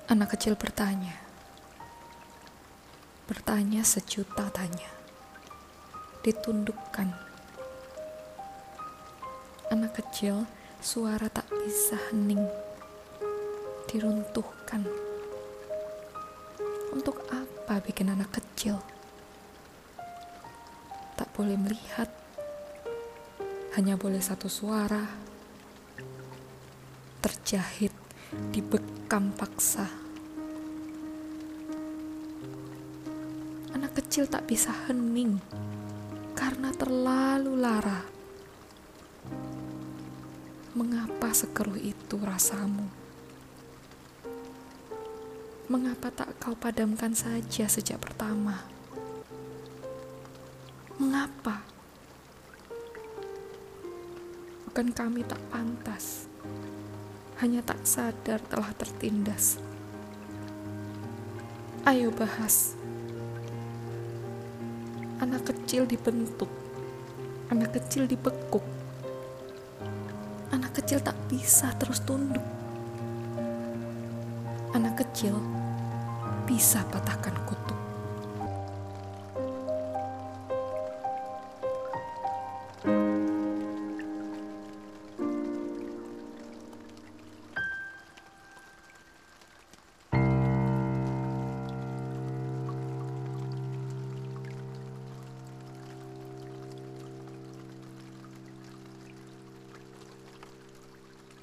Anak kecil bertanya sejuta tanya, ditundukkan. Anak kecil, suara tak bisa hening, diruntuhkan. Untuk apa bikin anak kecil? Tak boleh melihat, hanya boleh satu suara, terjahit, dibekam paksa. Anak kecil tak bisa hening karena terlalu lara. Mengapa sekeruh itu rasamu? Mengapa tak kau padamkan saja sejak pertama? Mengapa? Bukan kami tak pantas, hanya tak sadar telah tertindas. Ayo bahas. Anak kecil dibentuk, anak kecil dibekuk, anak kecil tak bisa terus tunduk. Anak kecil bisa patahkan kutuk.